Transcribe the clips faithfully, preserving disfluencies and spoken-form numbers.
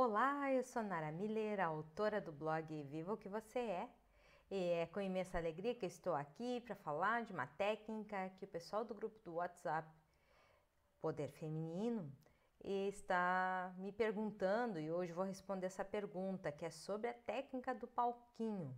Olá, eu sou Nara Miller, autora do blog Viva o que Você É. E é com imensa alegria que eu estou aqui para falar de uma técnica que o pessoal do grupo do WhatsApp Poder Feminino está me perguntando, e hoje vou responder essa pergunta, que é sobre a técnica do palquinho.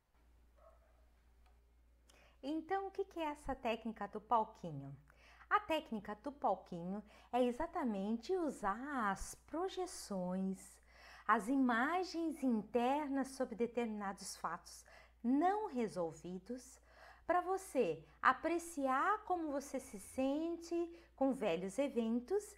Então, o que é essa técnica do palquinho? A técnica do palquinho é exatamente usar as projeções, as imagens internas sobre determinados fatos não resolvidos, para você apreciar como você se sente com velhos eventos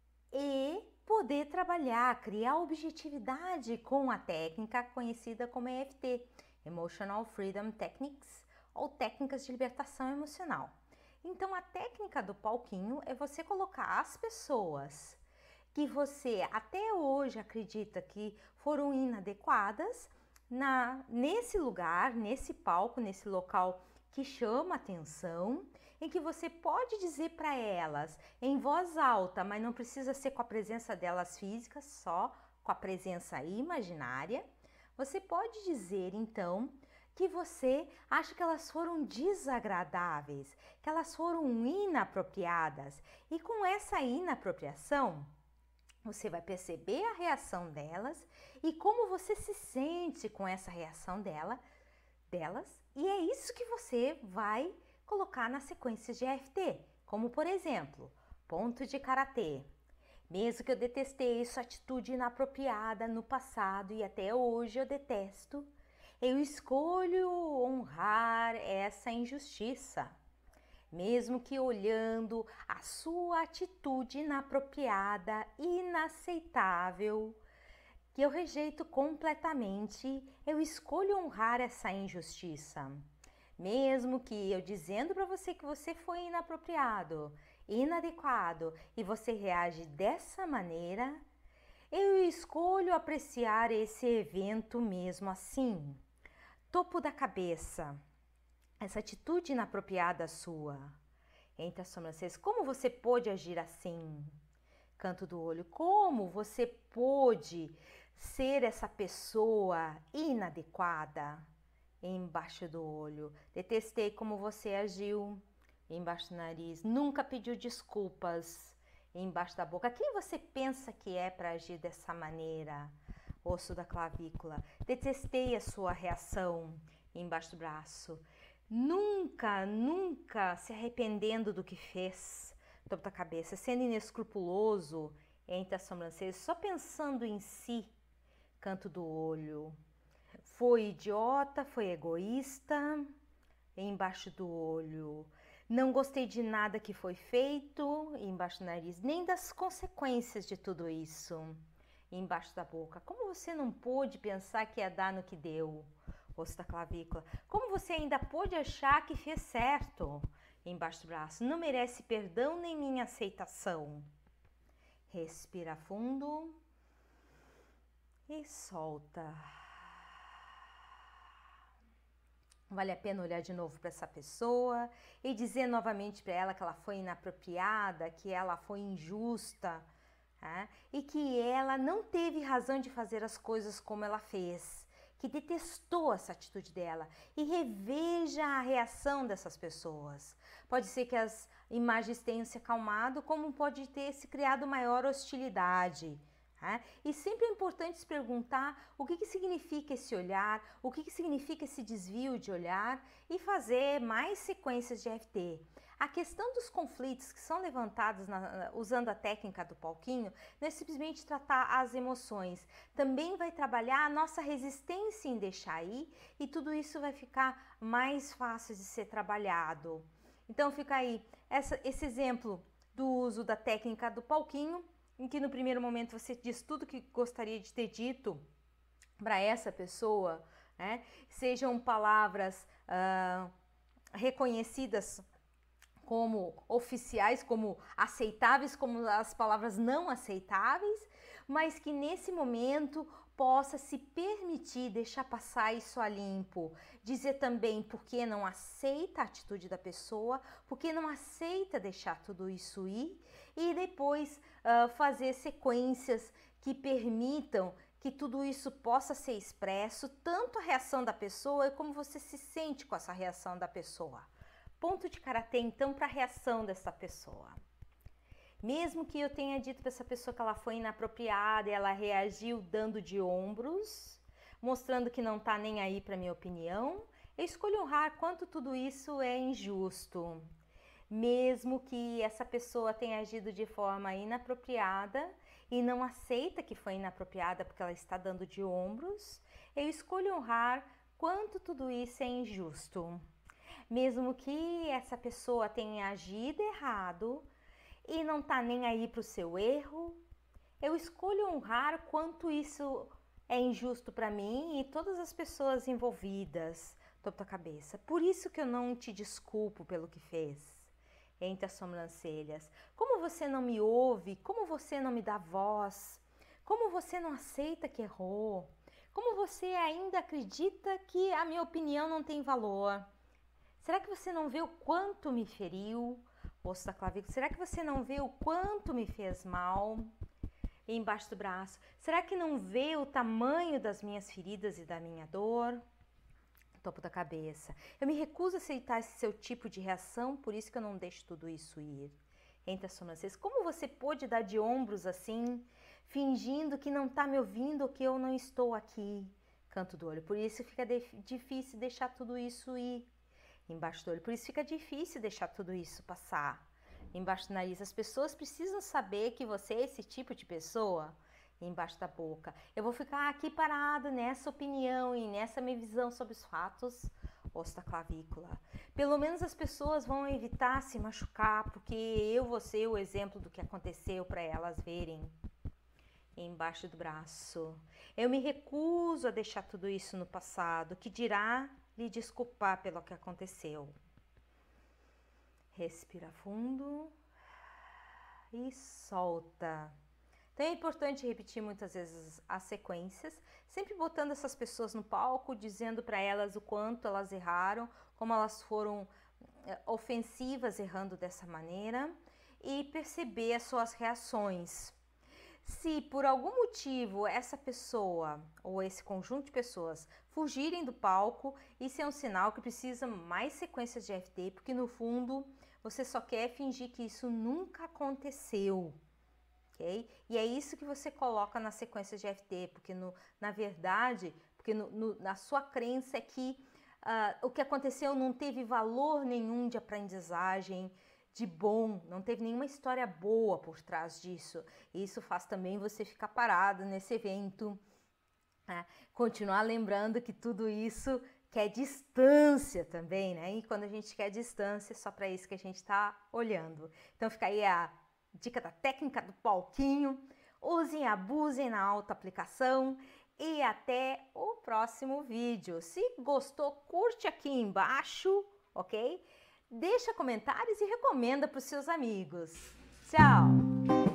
e poder trabalhar, criar objetividade com a técnica conhecida como E F T, Emotional Freedom Techniques, ou técnicas de libertação emocional. Então, a técnica do palquinho é você colocar as pessoas que você até hoje acredita que foram inadequadas na, nesse lugar, nesse palco, nesse local que chama atenção, em que você pode dizer para elas em voz alta, mas não precisa ser com a presença delas físicas, só com a presença imaginária. Você pode dizer então que você acha que elas foram desagradáveis, que elas foram inapropriadas, e com essa inapropriação você vai perceber a reação delas e como você se sente com essa reação dela, delas, e é isso que você vai colocar nas sequências de E F T, como por exemplo, ponto de karatê. Mesmo que eu detestei sua atitude inapropriada no passado e até hoje eu detesto, eu escolho honrar essa injustiça. Mesmo que olhando a sua atitude inapropriada, inaceitável, que eu rejeito completamente, eu escolho honrar essa injustiça. Mesmo que eu dizendo para você que você foi inapropriado, inadequado, e você reage dessa maneira, eu escolho apreciar esse evento mesmo assim. Topo da cabeça, essa atitude inapropriada sua. Entre as sobrancelhas, como você pôde agir assim? Canto do olho, como você pôde ser essa pessoa inadequada? Embaixo do olho, detestei como você agiu. Embaixo do nariz, nunca pediu desculpas. Embaixo da boca, quem você pensa que é para agir dessa maneira? Osso da clavícula, detestei a sua reação. Embaixo do braço, nunca, nunca se arrependendo do que fez. Topo da cabeça, sendo inescrupuloso. Entre as sobrancelhas, só pensando em si. Canto do olho, foi idiota, foi egoísta. Embaixo do olho, não gostei de nada que foi feito. Embaixo do nariz, nem das consequências de tudo isso. Embaixo da boca, como você não pôde pensar que ia dar no que deu? Osso da clavícula, como você ainda pôde achar que fez certo? Embaixo do braço, não merece perdão nem minha aceitação. Respira fundo e solta. Vale a pena olhar de novo para essa pessoa e dizer novamente para ela que ela foi inapropriada, que ela foi injusta, né? E que ela não teve razão de fazer as coisas como ela fez, que detestou essa atitude dela, e reveja a reação dessas pessoas. Pode ser que as imagens tenham se acalmado, como pode ter se criado maior hostilidade. É? E sempre é importante se perguntar o que, que significa esse olhar, o que, que significa esse desvio de olhar, e fazer mais sequências de E F T. A questão dos conflitos que são levantados na, usando a técnica do palquinho não é simplesmente tratar as emoções, também vai trabalhar a nossa resistência em deixar ir, e tudo isso vai ficar mais fácil de ser trabalhado. Então fica aí essa, esse exemplo do uso da técnica do palquinho, em que no primeiro momento você diz tudo que gostaria de ter dito para essa pessoa, né? Sejam palavras uh, reconhecidas como oficiais, como aceitáveis, como as palavras não aceitáveis, mas que nesse momento possa se permitir deixar passar isso a limpo, dizer também por que não aceita a atitude da pessoa, por que não aceita deixar tudo isso ir, e depois uh, fazer sequências que permitam que tudo isso possa ser expresso, tanto a reação da pessoa como você se sente com essa reação da pessoa. Ponto de karatê, então, para a reação dessa pessoa. Mesmo que eu tenha dito para essa pessoa que ela foi inapropriada e ela reagiu dando de ombros, mostrando que não está nem aí para minha opinião, eu escolho honrar quanto tudo isso é injusto. Mesmo que essa pessoa tenha agido de forma inapropriada e não aceita que foi inapropriada porque ela está dando de ombros, eu escolho honrar quanto tudo isso é injusto. Mesmo que essa pessoa tenha agido errado e não está nem aí para o seu erro, eu escolho honrar quanto isso é injusto para mim e todas as pessoas envolvidas. Topa a cabeça. Por isso que eu não te desculpo pelo que fez. Entre as sobrancelhas. Como você não me ouve? Como você não me dá voz? Como você não aceita que errou? Como você ainda acredita que a minha opinião não tem valor? Será que você não vê o quanto me feriu? Osso da clavícula. Será que você não vê o quanto me fez mal? E embaixo do braço. Será que não vê o tamanho das minhas feridas e da minha dor? Topo da cabeça. Eu me recuso a aceitar esse seu tipo de reação, por isso que eu não deixo tudo isso ir. Entre as sobrancelhas. Como você pôde dar de ombros assim, fingindo que não está me ouvindo ou que eu não estou aqui? Canto do olho. Por isso fica difícil deixar tudo isso ir. Embaixo do olho. Por isso fica difícil deixar tudo isso passar. Embaixo do nariz. As pessoas precisam saber que você é esse tipo de pessoa. Embaixo da boca. Eu vou ficar aqui parado nessa opinião e nessa minha visão sobre os fatos. Osso da clavícula. Pelo menos as pessoas vão evitar se machucar, porque eu vou ser o exemplo do que aconteceu para elas verem. Embaixo do braço. Eu me recuso a deixar tudo isso no passado, que dirá lhe desculpar pelo que aconteceu. Respira fundo e solta. Então é importante repetir muitas vezes as sequências, sempre botando essas pessoas no palco, dizendo para elas o quanto elas erraram, como elas foram ofensivas errando dessa maneira e perceber as suas reações. Se por algum motivo essa pessoa ou esse conjunto de pessoas fugirem do palco, isso é um sinal que precisa mais sequências de E F T, porque no fundo você só quer fingir que isso nunca aconteceu. Okay? E é isso que você coloca na sequência de E F T, porque no, na verdade, porque no, no, na sua crença é que uh, o que aconteceu não teve valor nenhum de aprendizagem, de bom, não teve nenhuma história boa por trás disso. E isso faz também você ficar parado nesse evento, né? Continuar lembrando que tudo isso quer distância também, né? E quando a gente quer distância, é só para isso que a gente está olhando. Então fica aí a dica da técnica do palquinho. Usem e abusem na auto-aplicação e até o próximo vídeo. Se gostou, curte aqui embaixo, ok? Deixa comentários e recomenda para os seus amigos. Tchau!